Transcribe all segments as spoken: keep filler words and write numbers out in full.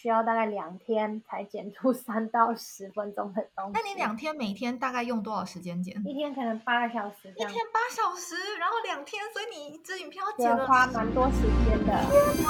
需要大概两天才剪出三到十分钟的东西。 那你两天每天大概用多少时间剪？ 一天可能八个小时这样。 一天八小时，然后两天，所以你一支影片要剪了花蛮多时间的。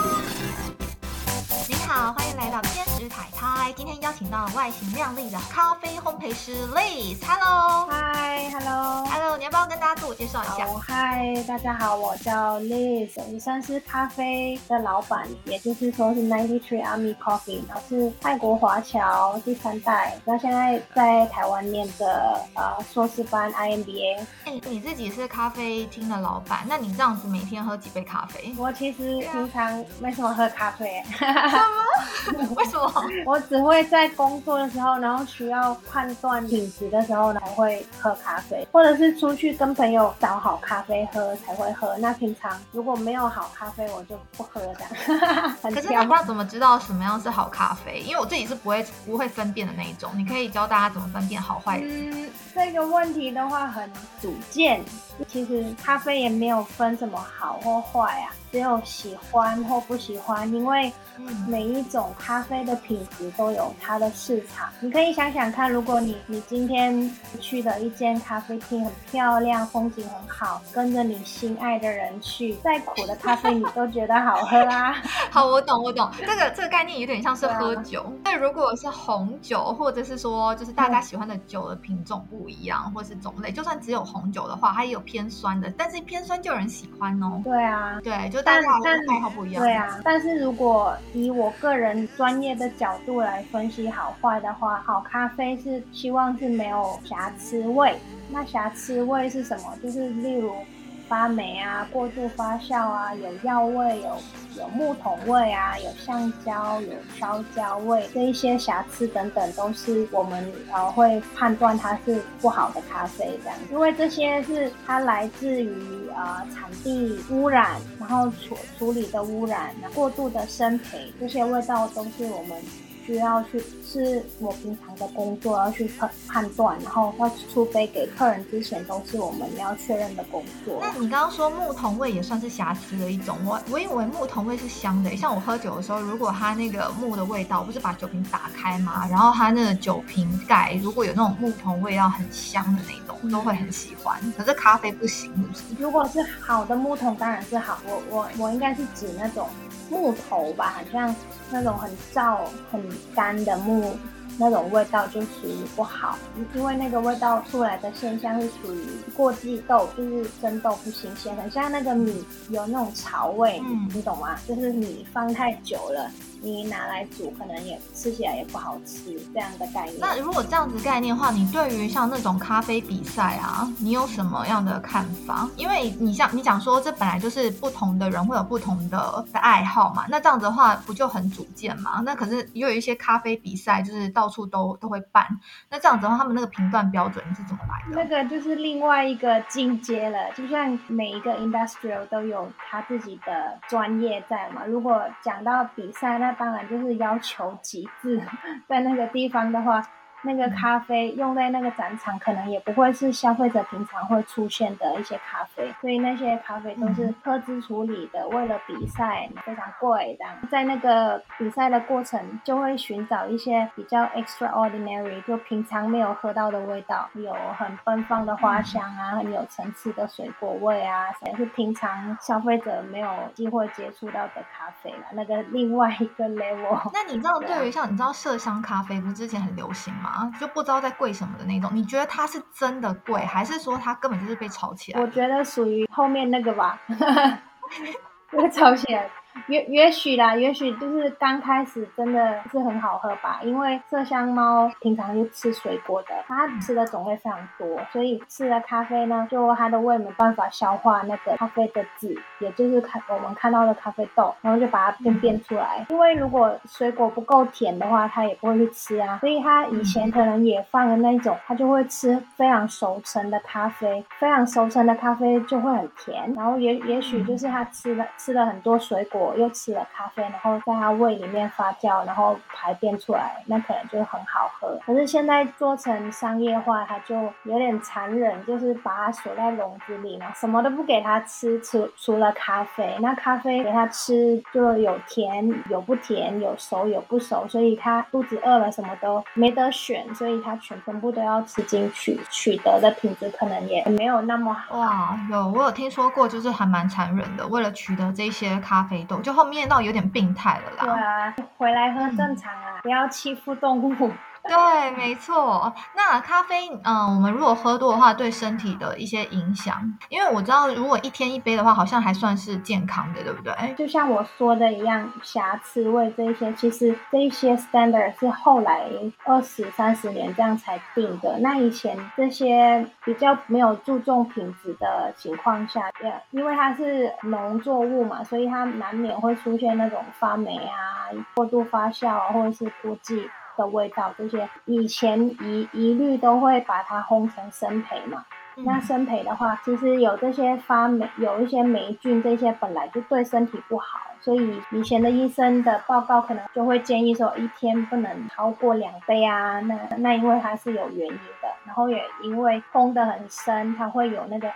你好，欢迎来到天使太太。今天邀请到了外形靓丽的咖啡烘焙师 Liz。Hello， 嗨 ，Hello，Hello， Hello， 你要不要跟大家自我介绍一下？ 嗨，大家好，我叫 Liz， 我算是咖啡的老板，也就是说是九十三 Army Coffee， 然后是泰国华侨第三代，然后现在在台湾念的呃硕士班 I M B A。 哎、欸，你自己是咖啡厅的老板，那你这样子每天喝几杯咖啡？ 我其实平常没什么喝咖啡。 什么？为什么？ 我只会在工作的时候，然后需要判断品质的时候才会喝咖啡，或者是出去跟朋友找好咖啡喝才会喝。那平常如果没有好咖啡，我就不喝这样。 可是你要怎么知道什么样是好咖啡？因为我自己是不会不会分辨的那一种，你可以教大家怎么分辨好坏。 嗯，这个问题的话很主见，其实咖啡也没有分什么好或坏啊，只有喜欢或不喜欢，因为每一种咖啡的品质都有它的市场。你可以想想看，如果你你今天去的一间咖啡厅很漂亮，风景很好，跟着你心爱的人去，再苦的咖啡你都觉得好喝啊。 好，我懂我懂，这个这个概念有点像是喝酒。那、啊、如果是红酒，或者是说就是大家喜欢的酒的品种不一样，嗯、或是种类，就算只有红酒的话，它也有偏酸的，但是偏酸就有人喜欢哦。 对啊， 对，就大家爱好不一样。 对啊，但是如果以我个人专业的角度来分析好坏的话，好咖啡是希望是没有瑕疵味。那瑕疵味是什么？就是例如发霉啊、过度发酵啊、有药味、有有木桶味啊、有橡胶、有烧焦味，这一些瑕疵等等都是我们呃会判断它是不好的咖啡这样，因为这些是它来自于呃产地污染，然后处处理的污染、过度的生培，这些味道都是我们需要去，是我平常的工作要去判断，然后要出杯给客人之前都是我们要确认的工作。 那你刚刚说木桶味也算是瑕疵的一种，我我以为木桶味是香的，像我喝酒的时候，如果它那个木的味道，不是把酒瓶打开吗？然后它那个酒瓶盖如果有那种木桶味道很香的那种，都会很喜欢。可是咖啡不行，是不是？ 如果是好的木桶当然是好，我我我应该是指那种木头吧，好像那种很燥很干的木，那种味道就属于不好，因为那个味道出来的现象是属于过季豆，就是生豆不新鲜，很像那个米有那种潮味、嗯、你懂吗？就是米放太久了，你拿来煮可能也吃起来也不好吃，这样的概念。 那如果这样子概念的话，你对于像那种咖啡比赛啊，你有什么样的看法？因为你像你讲说这本来就是不同的人会有不同的的爱好嘛，那这样子的话不就很主见嘛？那可是也有一些咖啡比赛就是到处都都会办，那这样子的话他们那个评断标准是怎么来的？ 那个就是另外一个境界了，就像每一个 industrial 都有他自己的专业在嘛。如果讲到比赛，那当然就是要求极致，在那个地方的话，那个咖啡用在那个展场可能也不会是消费者平常会出现的一些咖啡，所以那些咖啡都是特制处理的，为了比赛非常贵这样。在那个比赛的过程就会寻找一些比较 extraordinary， 就平常没有喝到的味道，有很奔放的花香啊，很有层次的水果味啊，也是平常消费者没有机会接触到的咖啡啦，那个另外一个 level。 那你知道对于像你知道麝香咖啡不是之前很流行吗？就不知道在贵什么的那种，你觉得它是真的贵，还是说它根本就是被炒起来？ 我觉得属于后面那个吧。被炒起来，也也许啦，也许就是刚开始真的是很好喝吧，因为麝香猫平常就吃水果的，它吃的种类非常多，所以吃了咖啡呢，就它的胃没办法消化那个咖啡的籽，也就是我们看到的咖啡豆，然后就把它便便出来。因为如果水果不够甜的话，它也不会去吃啊，所以它以前可能也放的那种，它就会吃非常熟成的咖啡，非常熟成的咖啡就会很甜，然后也也许就是它吃了吃了很多水果，又吃了咖啡，然后在它胃里面发酵，然后排便出来，那可能就很好喝。可是现在做成商业化，它就有点残忍，就是把它锁在笼子里，然后什么都不给它吃，除除了咖啡。那咖啡给它吃就有甜有不甜，有熟有不熟，所以它肚子饿了什么都没得选，所以它全部都要吃进去，取得的品质可能也没有那么好。 哇，有我有听说过，就是还蛮残忍的，为了取得这些咖啡豆，就后面到有点病态了啦。 对啊，回来喝正常啊，嗯、不要欺负动物。 对，没错。那咖啡，嗯，我们如果喝多的话，对身体的一些影响，因为我知道，如果一天一杯的话，好像还算是健康的，对不对？ 就像我说的一样，瑕疵味这一些，其实这一些 standard 是后来二十三十年这样才定的。那以前这些比较没有注重品质的情况下，因为它是农作物嘛，所以它难免会出现那种发霉啊、过度发酵啊，或者是过季的味道，这些以前一一律都会把它烘成生培嘛。嗯、那生培的话，其实有这些发霉，有一些霉菌，这些本来就对身体不好，所以以前的医生的报告可能就会建议说，一天不能超过两杯啊。那那因为它是有原因的，然后也因为烘得很深，它会有那个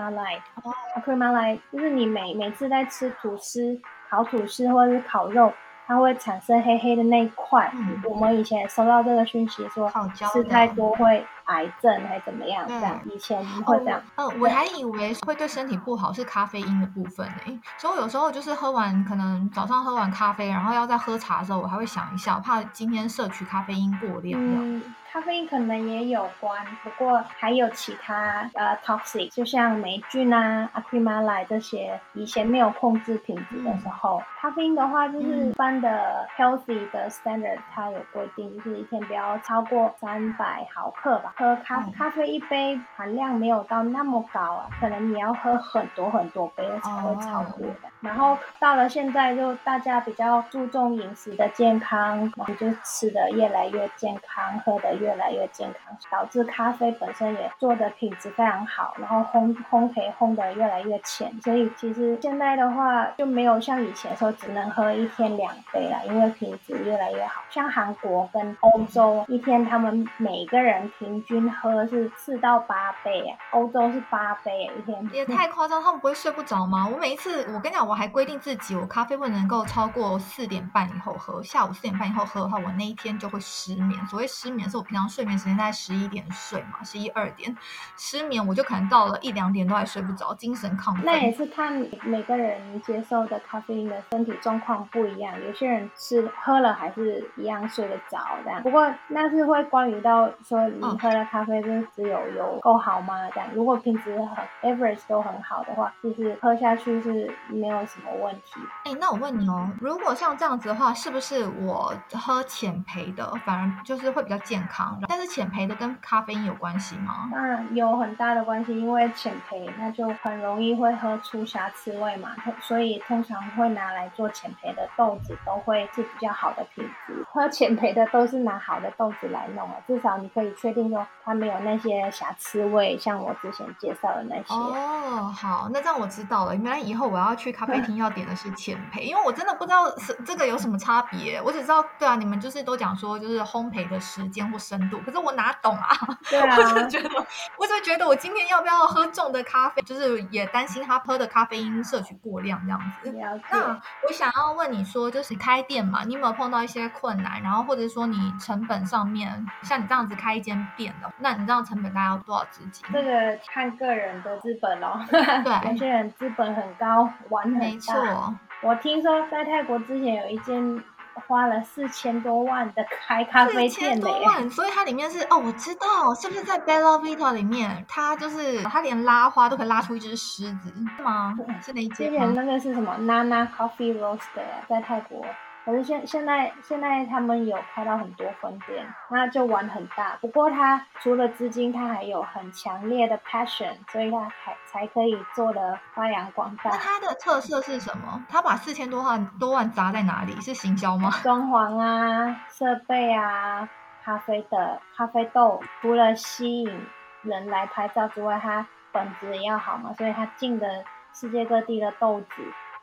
acrylamide。acrylamide 就是你每每次在吃吐司、烤吐司或者是烤肉，它会产生黑黑的那一块。嗯、我们以前收到这个讯息说，吃太多会癌症还怎么样？这样以前会这样。 嗯、哦呃，我还以为会对身体不好是咖啡因的部分呢，所以我有时候就是喝完，可能早上喝完咖啡，然后要再喝茶的时候，我还会想一下，怕今天摄取咖啡因过量。 嗯，咖啡因可能也有关，不过还有其他呃 toxic， 就像霉菌啊、acrylamide 这些，以前没有控制品质的时候，嗯、咖啡因的话就是一般的 healthy 的 standard， 它有规定，就是一天不要超过三百毫克吧。喝咖、嗯、咖啡一杯含量没有到那么高啊，可能你要喝很多很多杯才会超过的。哦、然后到了现在，就大家比较注重饮食的健康，然后就吃的越来越健康，喝的越来越健康，导致咖啡本身也做的品质非常好，然后烘烘焙烘的越来越浅，所以其实现在的话就没有像以前说只能喝一天两杯了，因为品质越来越好。像韩国跟欧洲，一天他们每个人平均喝是四到八杯，欧洲是八杯一天， 也太夸张，他们不会睡不着吗？我每一次，我跟你讲，我还规定自己，我咖啡不能够超过四点半以后喝，下午四点半以后喝的话，我那一天就会失眠。所谓失眠是我平常睡眠时间在十一点睡嘛，十一二点失眠，我就可能到了一两点都还睡不着，精神亢奋。 那也是看每个人接受的咖啡因的身体状况不一样，有些人吃喝了还是一样睡得着这样。不过那是会关于到说你喝的咖啡就只有有够好吗？这样，如果品质很 average 都很好的话，其实喝下去是没有什么问题。 哎、欸，那我问你哦，如果像这样子的话，是不是我喝浅焙的反而就是会比较健康？但是浅焙的跟咖啡因有关系吗？ 当然有很大的关系，因为浅焙那就很容易会喝出瑕疵味嘛，所以通常会拿来做浅焙的豆子都会是比较好的品质。喝浅焙的都是拿好的豆子来弄啊，至少你可以确定说它没有那些瑕疵味，像我之前介绍的那些。 哦，好，那这样我知道了。原来以后我要去咖啡厅要点的是浅焙，因为我真的不知道是这个有什么差别。我只知道，对啊，你们就是都讲说就是烘焙的时间或深度，可是我哪懂啊？ 对啊， 我就觉得，我就觉得我今天要不要喝重的咖啡，就是也担心他喝的咖啡因摄取过量这样子。那我想要问你说，就是开店嘛，你有没有碰到一些困难？然后或者说你成本上面，像你这样子开一间店的，那你这样成本大概要多少资金？ 这个看个人的资本哦。对，有些人资本很高，玩很大。 没错， 我听说在泰国之前有一间花了四千多万的开咖啡店的耶， 所以它里面是哦，我知道，是不是在 Bella Vita 里面？它就是它连拉花都可以拉出一只狮子，是吗？是那一间吗？ 之前那个是什么 Nana Coffee Roaster 在泰国。可是现现在现在他们有开到很多分店，那就玩很大。不过他除了资金，他还有很强烈的 passion， 所以他才才可以做的发扬光大。 那它的特色是什么？他把四千多万多万砸在哪里？是行销吗？ 装潢啊，设备啊，咖啡的咖啡豆，除了吸引人来拍照之外，它本质也要好嘛，所以它进的世界各地的豆子。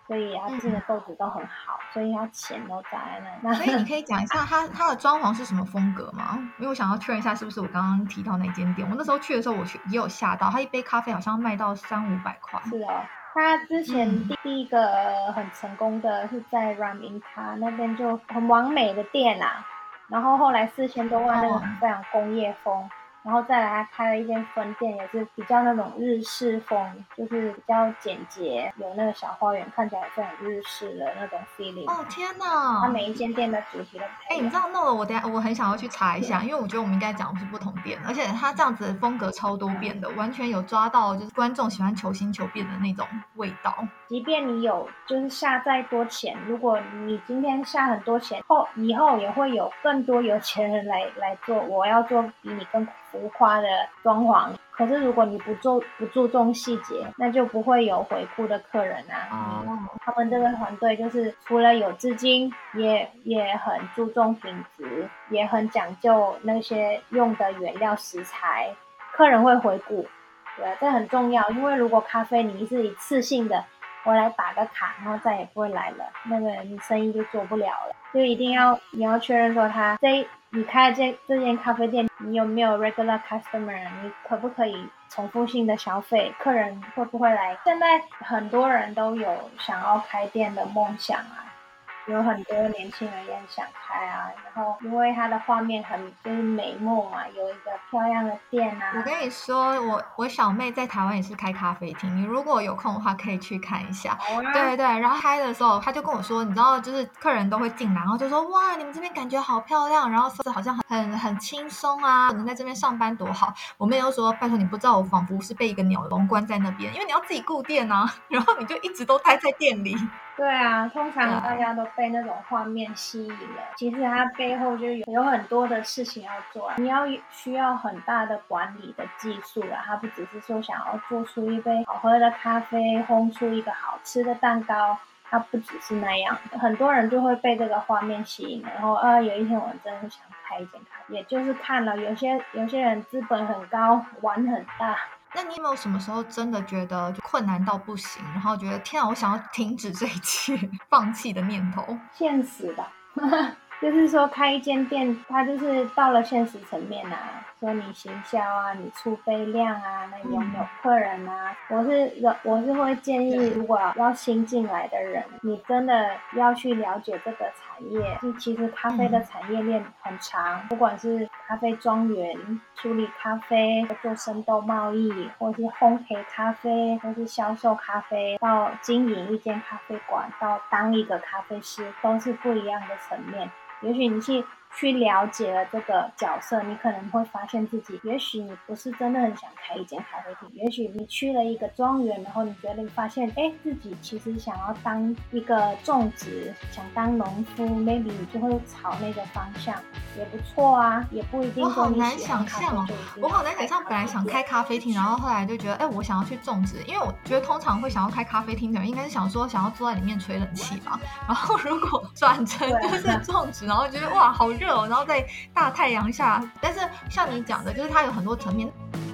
所以它进的豆子都很好，所以它钱都砸在那。那所以你可以讲一下它它的装潢是什么风格吗？因为我想要确认一下是不是我刚刚提到那间店。我那时候去的时候，我去也有吓到，它一杯咖啡好像卖到三五百块。 是哦，他之前第第一个很成功的是在 Raminta 那边，就很完美的店啦。然后后来四千多万那个非常工业风。然后再来他开了一间分店，也是比较那种日式风，就是比较简洁，有那个小花园，看起来非常日式的那种 feeling。 哦天哪！ 他每一间店的主题都哎、欸，你知道弄了我等下我很想要去查一下，因为我觉得我们应该讲的是不同店，而且他这样子的风格超多变的，完全有抓到就是观众喜欢求新求变的那种味道。 即便你有就是下再多钱，如果你今天下很多钱后，以后也会有更多有钱人来来做，我要做比你更浮夸的装潢。可是如果你不做不注重细节，那就不会有回顾的客人啊。 哦， 他们这个团队就是除了有资金，也也很注重品质，也很讲究那些用的原料食材，客人会回顾。对，这很重要，因为如果咖啡你是一次性的，我来打个卡，然后再也不会来了，那个你生意就做不了了。就一定要你要确认说他这你开的这这间咖啡店，你有没有 regular customer， 你可不可以重复性的消费，客人会不会来。现在很多人都有想要开店的梦想啊，有很多年轻人也很想开啊，然后因为它的画面很就是美梦嘛，有一个漂亮的店啊。 我跟你说，我我小妹在台湾也是开咖啡厅，你如果有空的话可以去看一下。 好啊。 对对，然后开的时候她就跟我说，你知道就是客人都会进来，然后就说哇你们这边感觉好漂亮，然后好像很很很轻松啊，能在这边上班多好。我妹又说拜托你不知道我仿佛是被一个鸟笼关在那边，因为你要自己顾店啊，然后你就一直都待在店里。 对啊，通常大家都被那种画面吸引了，其实它背后就有有很多的事情要做啊，你要需要很大的管理的技术啊，它不只是说想要做出一杯好喝的咖啡，烘出一个好吃的蛋糕，它不只是那样，很多人就会被这个画面吸引了，然后啊，有一天我真的想开一间咖啡，也就是看了有些有些人资本很高，玩很大。 那你有没有什么时候真的觉得就困难到不行，然后觉得天啊我想要停止这一切放弃的念头？ 现实吧就是说开一间店它就是到了现实层面啊，说你行销啊，你出杯量啊，那有没有客人啊、嗯、我是我是会建议如果要新进来的人，你真的要去了解这个产业，其实咖啡的产业链很长、嗯、不管是咖啡庄园、处理咖啡、做生豆贸易，或是烘焙咖啡，或是销售咖啡，到经营一间咖啡馆，到当一个咖啡师，都是不一样的层面。也许你去去了解了这个角色，你可能会发现自己也许你不是真的很想开一间咖啡厅，也许你去了一个庄园，然后你觉得你发现哎，自己其实想要当一个种植，想当农夫 maybe 你就会朝那个方向，也不错啊，也不一定说你喜欢咖啡就一定。 我好难想象本来想开咖啡厅，然后后来就觉得哎，我想要去种植，因为我觉得通常会想要开咖啡厅的人应该是想说想要坐在里面吹冷气吧，然后如果转成就是种植，然后觉得哇好热哦，然后在大太阳下，但是像你讲的就是它有很多层面。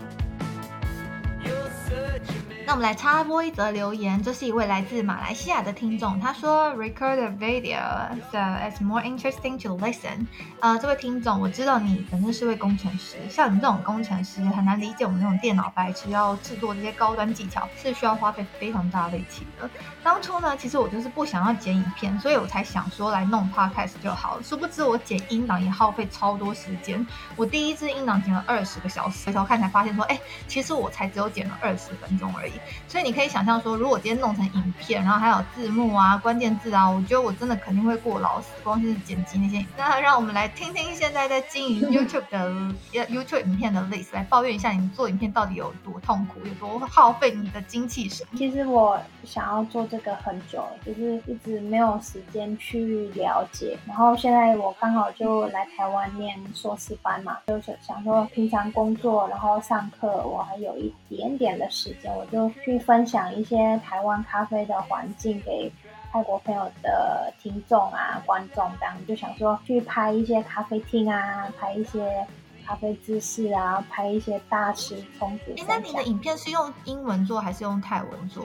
那我们来插播一则留言，这是一位来自马来西亚的听众，他说 Record a video so it's more interesting to listen。 呃，这位听众，我知道你本身是位工程师，像你这种工程师很难理解我们这种电脑白痴要制作这些高端技巧是需要花费非常大力气的。当初呢，其实我就是不想要剪影片，所以我才想说来弄 podcast 就好，殊不知我剪音档也耗费超多时间，我第一支音档剪了二十个小时，回头看才发现说哎，其实我才只有剪了二十分钟而已。所以你可以想象说，如果今天弄成影片，然后还有字幕啊、关键字啊，我觉得我真的肯定会过劳死，光是剪辑那些。那让我们来听听现在在经营 YouTube 的 YouTube 影片的 Liz 来抱怨一下，你做影片到底有多痛苦，有多耗费你的精气神。 其实我想要做这个很久，就是一直没有时间去了解。然后现在我刚好就来台湾念硕士班嘛，就想说平常工作，然后上课，我还有一点点的时间，我就去分享一些台湾咖啡的环境给泰国朋友的听众啊、观众，这样就想说去拍一些咖啡厅啊，拍一些咖啡知识啊，拍一些大师冲煮分享。 那你的影片是用英文做还是用泰文做？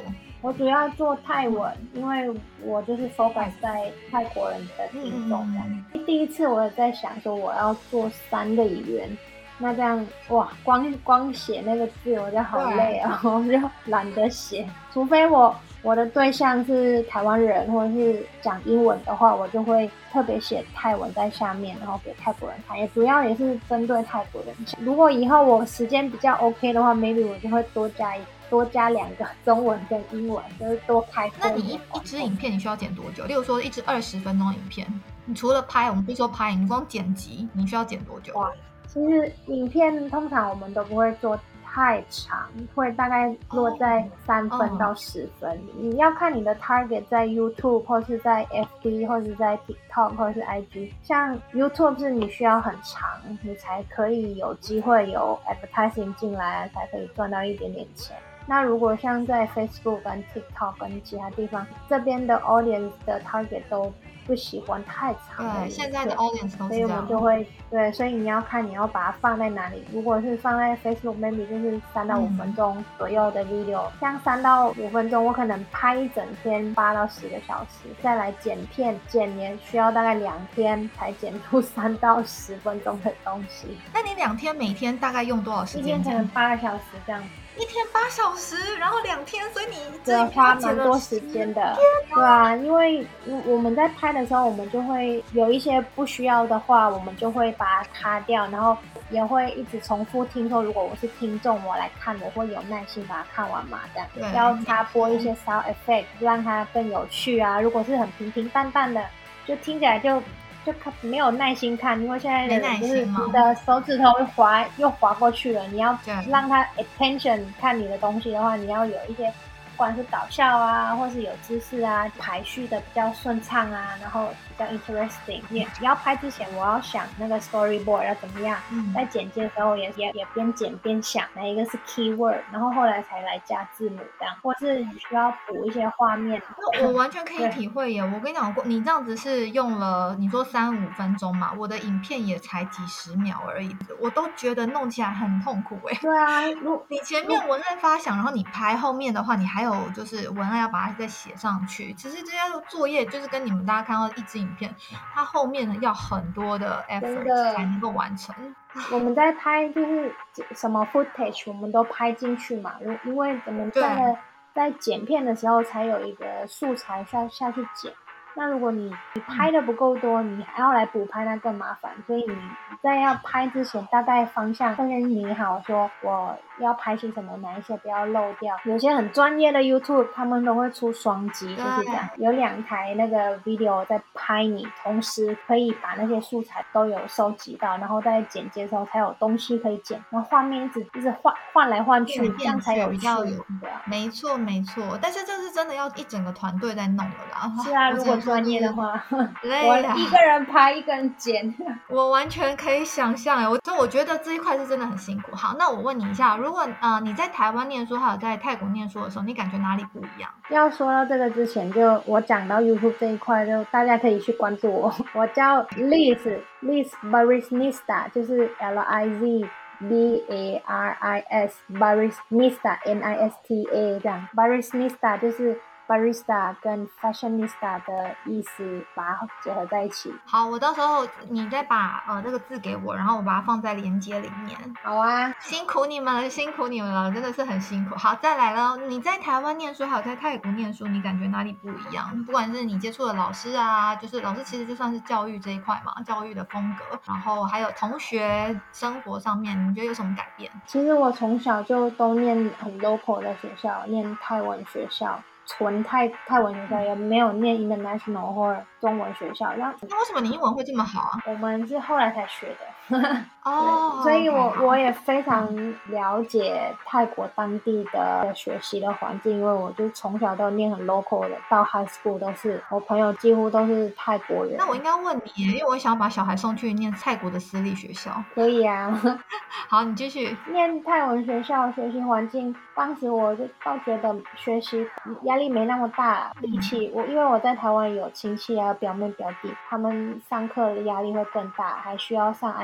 我主要做泰文，因为我就是 focus 在泰国人的听众这样。嗯、第一次我在想说我要做三个语言，那这样哇，光光写那个字我就好累啊，我就懒得写。除非我我的对象是台湾人或者是讲英文的话，我就会特别写泰文在下面，然后给泰国人看，也主要也是针对泰国人。如果以后我时间比较 OK 的话 maybe 我就会多加一多加两个中文跟英文，就是多开。 那你一一支影片你需要剪多久？例如说一支二十分钟的影片，你除了拍，我们不说拍，你光剪辑你需要剪多久？ 哇，其实影片通常我们都不会做太长，会大概落在三分到十分。Oh. Oh. 你要看你的 target 在 YouTube 或是在 F B 或是在 TikTok 或是 I G。像 YouTube 是你需要很长，你才可以有机会有 advertising 进来，才可以赚到一点点钱。那如果像在 Facebook 跟 TikTok 跟其他地方，这边的 audience 的 target 都不喜欢太长的， 对，现在的 audience 都是这样， 所以我们就会对，所以你要看你要把它放在哪里。如果是放在 Facebook maybe 就是三到五分钟左右的 video，、嗯、像三到五分钟我可能拍一整天八到十个小时，再来剪片，剪也需要大概两天才剪出三到十分钟的东西。 那你两天每天大概用多少时间？ 一天可能八个小时这样子。 一天八小时，然后两天，所以你对花蛮多时间的，对啊，因为我们在拍的时候，我们就会有一些不需要的话，我们就会把它卡掉，然后也会一直重复听说，如果我是听众，我来看，我会有耐心把它看完嘛，这样要插播一些 sound effect， 让它更有趣啊。如果是很平平淡淡的，就听起来就。就没有耐心看，因为现在的人就是你的手指头滑又滑过去了，你要让他 attention 看你的东西的话，你要有一些不管是搞笑啊，或是有知识啊，排序的比较顺畅啊，然后比较 interesting。你要拍之前，我要想那个 storyboard 要怎么样，嗯、在剪接的时候也也也边剪边想哪一个是 keyword， 然后后来才来加字母这样，或是你需要补一些画面。 我完全可以体会耶！我跟你讲，你这样子是用了你说三五分钟嘛，我的影片也才几十秒而已，我都觉得弄起来很痛苦哎。 对啊， 你前面文案发想，然后你拍，后面的话你还有就是文案要把它再写上去。其实这些作业就是跟你们大家看到一支影片，它后面呢要很多的 effort 才能够完成。 我们在拍就是什么 footage 我们都拍进去嘛，因为我们在了在剪片的时候才有一个素材下下去剪。那如果你你拍的不够多，你还要来补拍，那更麻烦。所以你在要拍之前，大概方向会先拟好，说我要拍些什么，哪一些不要漏掉。有些很专业的 YouTube 他们都会出双击，就是这样，有两台那个 video 在拍你，同时可以把那些素材都有收集到，然后在剪接的时候才有东西可以剪，然后画面一直一直换换来换去，这样才有趣。对啊， 没错没错，但是这是真的要一整个团队在弄了啦。 是啊，如果专业的话，我一个人拍一个人剪， 我完全可以想象哎，我就我觉得这一块是真的很辛苦。好，那我问你一下，如果呃你在台湾念书还有在泰国念书的时候，你感觉哪里不一样？ 要说到这个之前，就我讲到 YouTube 这一块，就大家可以去关注我，我叫 Liz Liz Barisnista， 就是 L I Z B A R I S Barisnista N I S T A 这样 Barisnista 就是barista 跟 fashionista 的意思，把它结合在一起。 好，我到时候你再把呃这个字给我，然后我把它放在连结里面。 好啊， 辛苦你们了，辛苦你们了，真的是很辛苦。好，再来了，你在台湾念书，还有在泰国念书，你感觉哪里不一样？不管是你接触的老师啊，就是老师其实就算是教育这一块嘛，教育的风格，然后还有同学生活上面，你觉得有什么改变？ 其实我从小就都念很 local 的学校，念泰文学校。纯泰泰文学校，也没有念 international 或中文学校。那那为什么你英文会这么好啊？ 我们是后来才学的。 哦， 所以我我也非常了解泰国当地的学习的环境，因为我就从小都念很 local 的，到 high school 都是我朋友几乎都是泰国人。 那我应该问你，因为我想把小孩送去念泰国的私立学校。 可以啊。 好，你继续。 念泰文学校学习环境，当时我就倒觉得学习压力没那么大，比起我，因为我在台湾有亲戚啊、表妹表弟，他们上课的压力会更大，还需要上安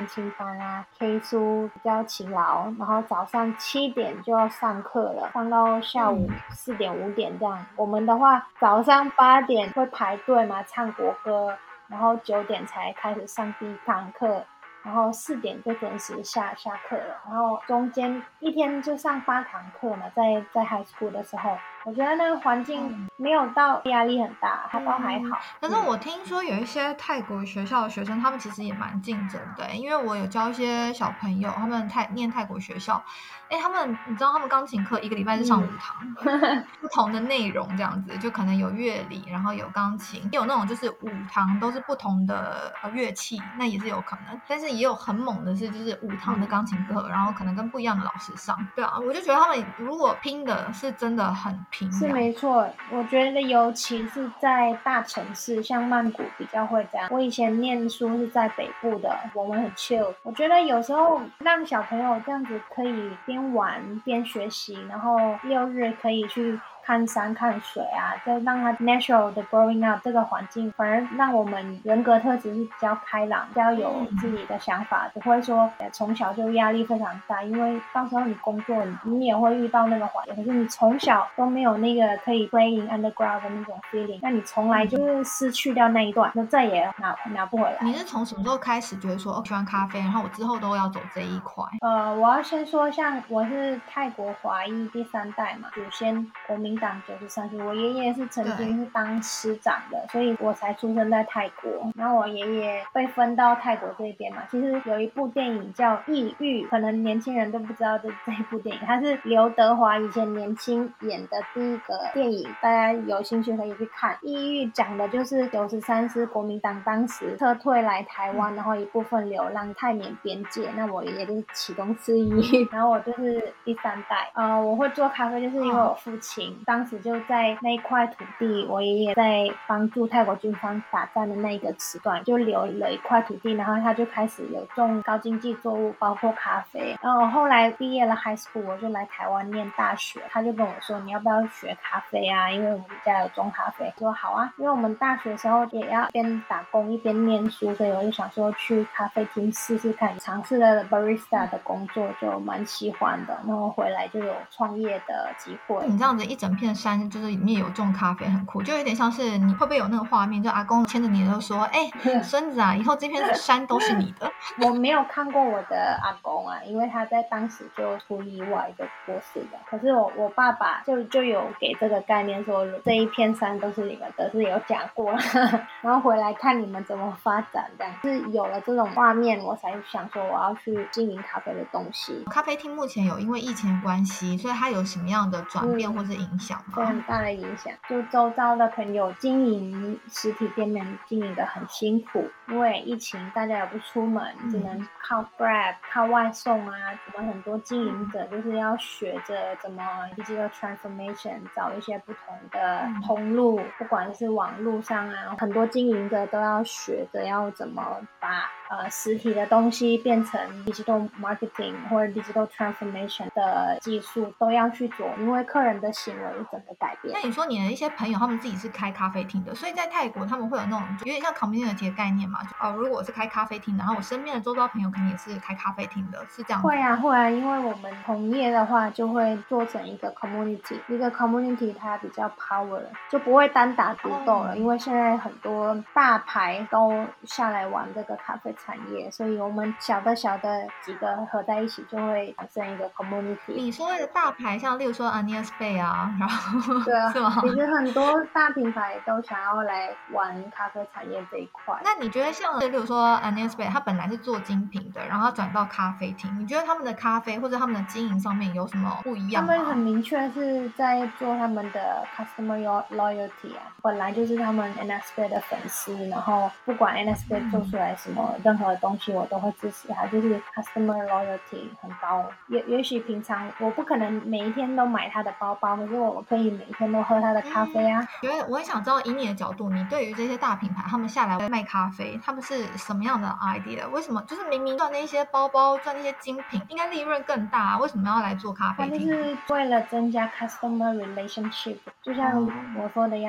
琴班啊 K 书比较勤劳，然后早上七点就要上课了，上到下午四点五点这样。我们的话早上八点会排队嘛，唱国歌，然后九点才开始上第一堂课，然后四点就准时下下课了，然后中间一天就上八堂课嘛，在在 high school 的时候，我觉得那个环境没有到压力很大，它都还好。 可是我听说有一些泰国学校的学生，他们其实也蛮竞争的、欸，因为我有教一些小朋友，他们泰念泰国学校，哎，他们你知道他们钢琴课一个礼拜是上五堂，嗯、不同的内容这样子，就可能有乐理，然后有钢琴，也有那种就是五堂都是不同的呃乐器，那也是有可能，但是也有很猛的是就是五堂的钢琴课，然后可能跟不一样的老师上，对啊，我就觉得他们如果拼的是真的很拼， 是没错，我觉得尤其是在大城市，像曼谷比较会这样。我以前念书是在北部的，我们很 chill。我觉得有时候让小朋友这样子可以边玩边学习，然后六日可以去看山看水啊，就让他 natural 的 growing up 这个环境，反而让我们人格特质是比较开朗，比较有自己的想法，不会说从小就压力非常大，因为到时候你工作你也会遇到那个环境，可是你从小都没有那个可以 play in underground 的那种 feeling， 那你从来就是失去掉那一段，就再也拿拿不回来。 你是从什么时候开始觉得说哦喜欢咖啡，然后我之后都要走这一块？ 呃，我要先说，像我是泰国华裔第三代嘛，祖先国民党九十三岁，我爷爷是曾经是当师长的，所以我才出生在泰国。然后我爷爷被分到泰国这边嘛，其实有一部电影叫《异域》，可能年轻人都不知道这这一部电影，它是刘德华以前年轻演的第一个电影，大家有兴趣可以去看。《异域》讲的就是九十三师国民党当时撤退来台湾，然后一部分流浪泰缅边界，那我爷爷就是其中之一，然后我就是第三代。呃，我会做咖啡，就是因为我父亲当时就在那一块土地，我爷爷在帮助泰国军方打战的那一个时段，就留了一块土地，然后他就开始有种高经济作物，包括咖啡。然后后来毕业了 high school， 我就来台湾念大学，他就跟我说你要不要学咖啡啊？因为我们家有种咖啡。我说好啊，因为我们大学的时候也要边打工一边念书，所以我就想说去咖啡厅试试看，尝试了 barista 的工作，就蛮喜欢的，然后回来就有创业的机会。 你这样子一整片山，就是里面有种咖啡，很酷，就有点像是你会不会有那个画面，就阿公牵着你就说：“哎、欸，孙子啊，以后这片山都是你的。” 我没有看过我的阿公啊，因为他在当时就出意外就过世的。可是我我爸爸就就有给这个概念说，这一片山都是你们的，是有讲过了。然后回来看你们怎么发展，这样是有了这种画面，我才想说我要去经营咖啡的东西。 咖啡厅目前有因为疫情的关系，所以它有什么样的转变或是影响吗？ 有、嗯、很大的影响。就周遭的朋友经营实体店面经营的很辛苦，因为疫情大家也不出门，只能靠 Grab 靠外送啊。我们很多经营者就是要学着怎么 digital transformation， 找一些不同的通路，不管是网络上啊，很多经营者都要学着要怎么把呃实体的东西变成 digital marketing 或者 digital transformation 的技术都要去做，因为客人的行为整个改变。 那你说你的一些朋友他们自己是开咖啡厅的，所以在泰国他们会有那种有点像 community 的概念嘛？就哦，如果我是开咖啡厅，然后我身边的周遭朋友可能也是开咖啡厅的，是这样子？ 会啊会啊，因为我们同业的话就会做成一个 community， 一个 community 它比较 power， 就不会单打独斗了，哦、因为现在很多大牌都下来玩这个咖啡产业，所以我们小的小的几个合在一起就会产生一个 community。 你说的大牌像例如说 Agnez Bay 啊，然后对啊， 是吗？ 其实很多大品牌都想要来玩咖啡产业这一块。 那你觉得像例如说 Agnez Bay 它本来是做精品的，然后它转到咖啡厅，你觉得他们的咖啡或者他们的经营上面有什么不一样吗？ 他们很明确是在做他们的 customer loyalty 啊，本来就是他们 Agnez Bay 的粉丝，然后不管 Agnez Bay 做出来什么、嗯、任何东西我都会支持他，就是 customer loyalty 很高。也也许平常我不可能每一天都买他的包包，可是我可以每一天都喝他的咖啡啊。 因为我很想知道以你的角度，你对于这些大品牌他们下来卖咖啡，他们是什么样的 idea？ 为什么就是明明赚那些包包赚那些精品应该利润更大，为什么要来做咖啡厅？ 他就是为了增加 customer relationship， 就像我说的一样，你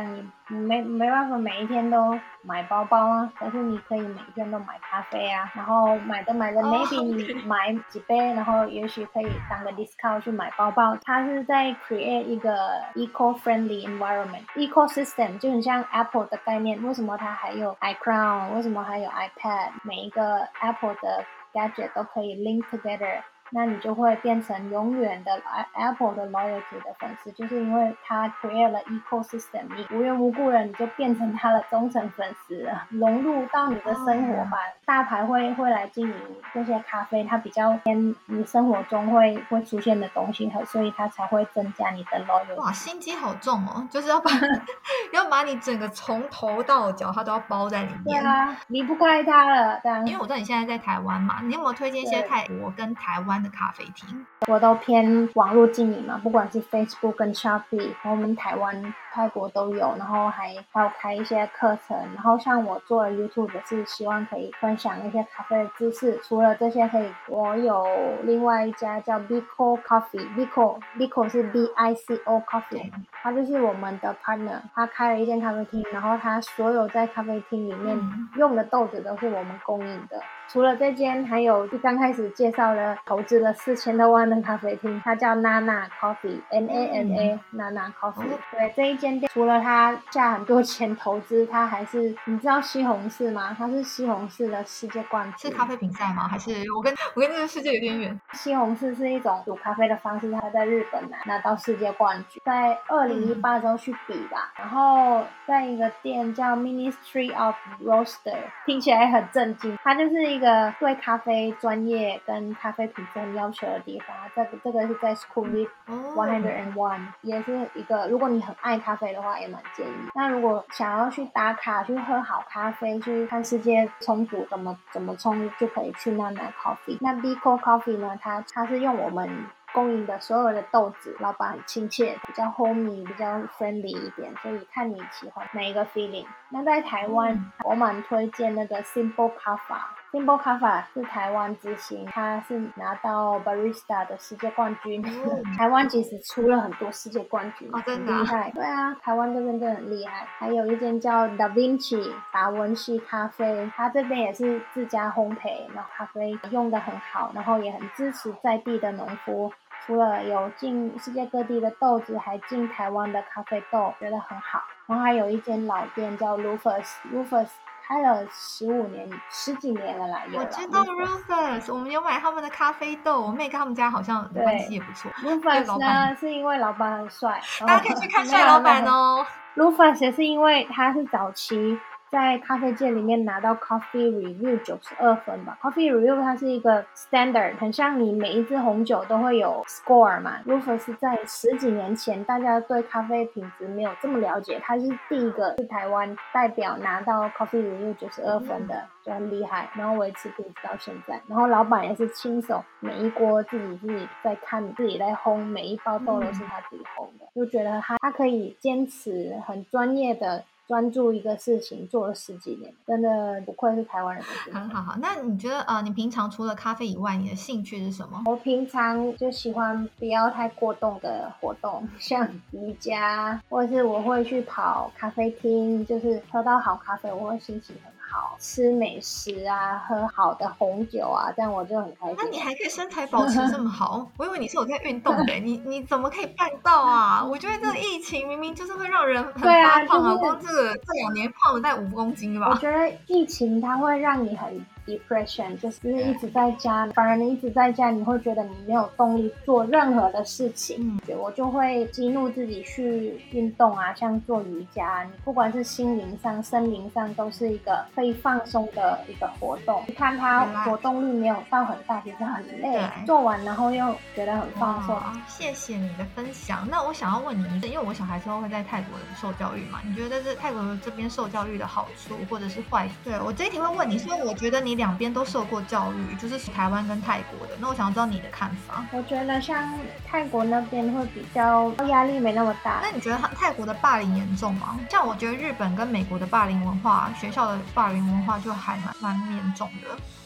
你没没办法每一天都买包包啊，但是你可以每天都买咖啡啊，然后买着买着哦 maybe 你 ，OK， 买几杯，然后也许可以当个 discount 去买包包。它是在 create 一个 eco-friendly environment ecosystem， 就很像 Apple 的概念。为什么它还有 iCloud？ 为什么还有 iPad？ 每一个 Apple 的 gadget 都可以 link together。那你就会变成永远的 Apple 的 loyalty 的粉丝，就是因为它 create 了 ecosystem， 你无缘无故的你就变成它的忠诚粉丝了，融入到你的生活吧。 哦， 大牌会会来经营这些咖啡，它比较偏你生活中会会出现的东西，所以它才会增加你的 loyalty。 哇，心机好重哦，就是要把要把你整个从头到脚，它都要包在里面。 对啊，离不开它了，这样。 因为我知道你现在在台湾嘛，你有没有推荐一些对泰国跟台湾的咖啡厅？ 我都偏网络经营嘛，不管是 Facebook 跟 Shopee， 然后我们台湾、泰国都有，然后还还有开一些课程，然后像我做的 YouTube 是希望可以分享一些咖啡的知识。除了这些可以，我有另外一家叫 Bico Coffee，Bico Bico 是 B I C O Coffee， 它就是我们的 partner， 他开了一间咖啡厅，然后他所有在咖啡厅里面用的豆子都是我们供应的。除了这间，还有刚开始介绍了投资了四千多万的咖啡厅，它叫 Nana Coffee N A N A、嗯、Nana Coffee、哦、对，这一间店除了它下很多钱投资，它还是你知道西红柿吗？它是西红柿的世界冠军。 是咖啡比赛吗？还是我跟我跟这个世界有点远？ 西红柿是一种煮咖啡的方式，它在日本拿拿到世界冠军，在二零一八的时候去比吧、嗯、然后在一个店叫 Ministry of Roaster， 听起来很震惊，它就是一个对咖啡专业跟咖啡品质很要求的地方。这个这个是在 Sukhumvit one oh one， 也是一个，如果你很爱咖啡的话也蛮建议。那如果想要去打卡去喝好咖啡，去看世界冲煮怎么怎么冲，就可以去 Nana Coffee。 那 Bico Coffee 呢，它它是用我们供应的所有的豆子，老板很亲切，比较 homey， 比较 friendly 一点，所以看你喜欢哪一个 feeling。 那在台湾、嗯、我蛮推荐那个 Simple Kaffa。Simple Kaffa 是台湾之星，他是拿到 Barista 的世界冠军、嗯、台湾其实出了很多世界冠军、 哦、真的、啊、 很厉害。对啊，台湾这边真的很厉害。还有一间叫 Da Vinci 达文西咖啡，他这边也是自家烘焙，然后咖啡用得很好，然后也很支持在地的农夫，除了有进世界各地的豆子，还进台湾的咖啡豆，觉得很好。然后还有一间老店叫 Rufus Rufus， 开了十五年十几年了啦。 我知道 Rufus， 我们有买他们的咖啡豆，我妹跟他们家好像关系也不错。 Rufus 呢是因为老板很帅， 大家可以去看帅老板哦。 Rufus 也是因为他是早期在咖啡界里面拿到 Coffee Review 九十二分吧。 Coffee Review 它是一个 standard， 很像你每一支红酒都会有 score 嘛。 Rufus 在十几年前大家对咖啡品质没有这么了解，他是第一个是台湾代表拿到 Coffee Review 九十二分的、嗯、就很厉害，然后维持品质到现在。然后老板也是亲手每一锅自己自己在看，自己在烘，每一包豆都是他自己烘的、嗯、就觉得他他可以坚持很专业的专注一个事情做了十几年，真的不愧是台湾人的。 很好好，那你觉得呃，你平常除了咖啡以外，你的兴趣是什么？ 我平常就喜欢不要太过动的活动，像瑜伽，或者是我会去跑咖啡厅，就是喝到好咖啡，我会心情很好，吃美食啊，喝好的红酒啊，这样我就很开心。 那你还可以身材保持这么好？我以为你是有在运动的，你你怎么可以办到啊？我觉得这个疫情明明就是会让人很发胖啊，光这个这两年胖了大概五公斤吧。 我觉得疫情它会让你很 depression， 就是一直在家，反而你一直在家，你会觉得你没有动力做任何的事情。嗯、我就会激怒自己去运动啊，像做瑜伽，你不管是心灵上、身灵上，都是一个可以放松的一个活动。你看它活动力没有到很大，其实很累，做完然后又觉得很放松。 谢谢你的分享。那我想要问你，因为我小孩之后会在泰国受教育嘛，你觉得这泰国这边受教育的好处或者是坏处？对，我这一题会问你，因为我觉得你两边都受过教育，就是台湾跟泰国的，那我想知道你的看法。 我觉得像泰国那边会比较压力没那么大。 那你觉得泰国的霸凌严重吗？像我觉得日本跟美国的霸凌文化，学校的霸凌文化就还蛮蛮严重的。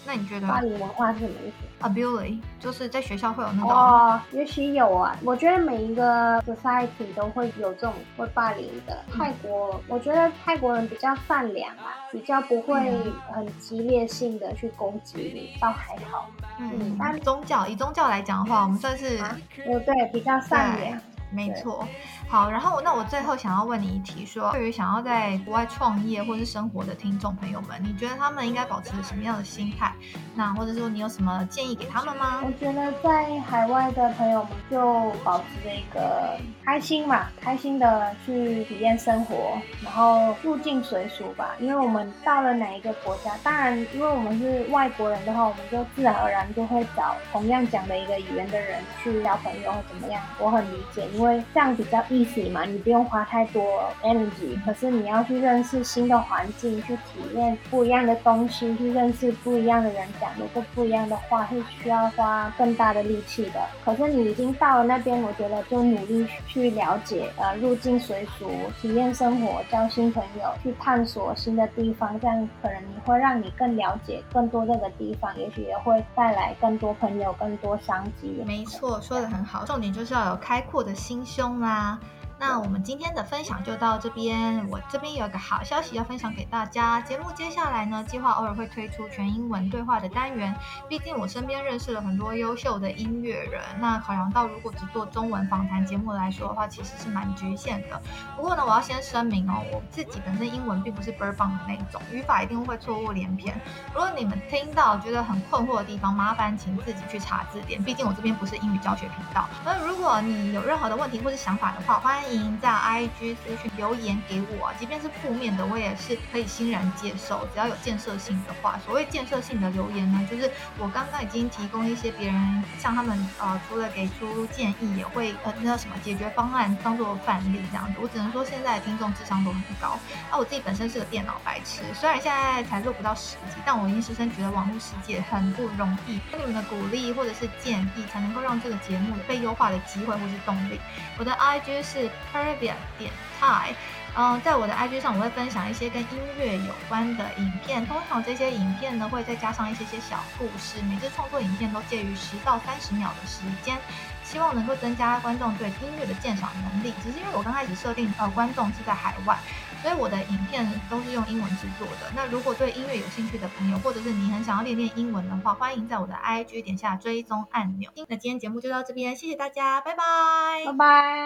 那你觉得霸凌文化是什么意思？ abuse 就是在学校会有那种哦，也许有啊。我觉得每一个 society 都会有这种会霸凌的。泰国，我觉得泰国人比较善良啊，比较不会很激烈性的去攻击你，倒还好。 嗯嗯，但宗教以宗教来讲的话，我们算是、啊、 对比较善良。 没错。好，然后那我最后想要问你一题，说对于想要在国外创业或是生活的听众朋友们，你觉得他们应该保持什么样的心态？那或者说你有什么建议给他们吗？ 我觉得在海外的朋友们就保持着一个开心嘛，开心的去体验生活，然后入境随俗吧。因为我们到了哪一个国家，当然因为我们是外国人的话，我们就自然而然就会找同样讲的一个语言的人去交朋友或怎么样。我很理解，因为这样比较easy嘛，你不用花太多 energy。可是你要去认识新的环境，去体验不一样的东西，去认识不一样的人，讲的不一样的话，是需要花更大的力气的。可是你已经到了那边，我觉得就努力去了解，呃，入境随俗，体验生活，交新朋友，去探索新的地方，这样可能你会让你更了解更多这个地方，也许也会带来更多朋友，更多商机。 没错，说得很好，重点就是要有开阔的心胸啦。那我们今天的分享就到这边，我这边有一个好消息要分享给大家。节目接下来呢，计划偶尔会推出全英文对话的单元，毕竟我身边认识了很多优秀的音乐人，那考量到如果只做中文访谈节目来说的话，其实是蛮局限的。不过呢，我要先声明哦，我自己本身英文并不是倍儿棒的那种，语法一定会错误连篇。如果你们听到觉得很困惑的地方，麻烦请自己去查字典，毕竟我这边不是英语教学频道。那如果你有任何的问题或是想法的话，欢迎在 I G 私讯留言给我，即便是负面的我也是可以欣然接受，只要有建设性的话。所谓建设性的留言呢，就是我刚刚已经提供一些别人像他们呃除了给出建议，也会呃那什么解决方案当做范例这样子。我只能说现在的听众智商都很高，那、啊、我自己本身是个电脑白痴，虽然现在才做不到十集，但我已经深深觉得网络世界很不容易，有你们的鼓励或者是建议，才能够让这个节目被优化的机会或是动力。我的 I G 是 Pervia 点 Thai， 嗯，在我的 I G 上我会分享一些跟音乐有关的影片，通常这些影片呢会再加上一些些小故事，每次创作影片都介于十到三十秒的时间，希望能够增加观众对音乐的鉴赏能力。只是因为我刚开始设定呃观众是在海外，所以我的影片都是用英文制作的。那如果对音乐有兴趣的朋友，或者是你很想要练练英文的话，欢迎在我的 I G 点下追踪按钮。那今天节目就到这边，谢谢大家，拜拜， 拜拜。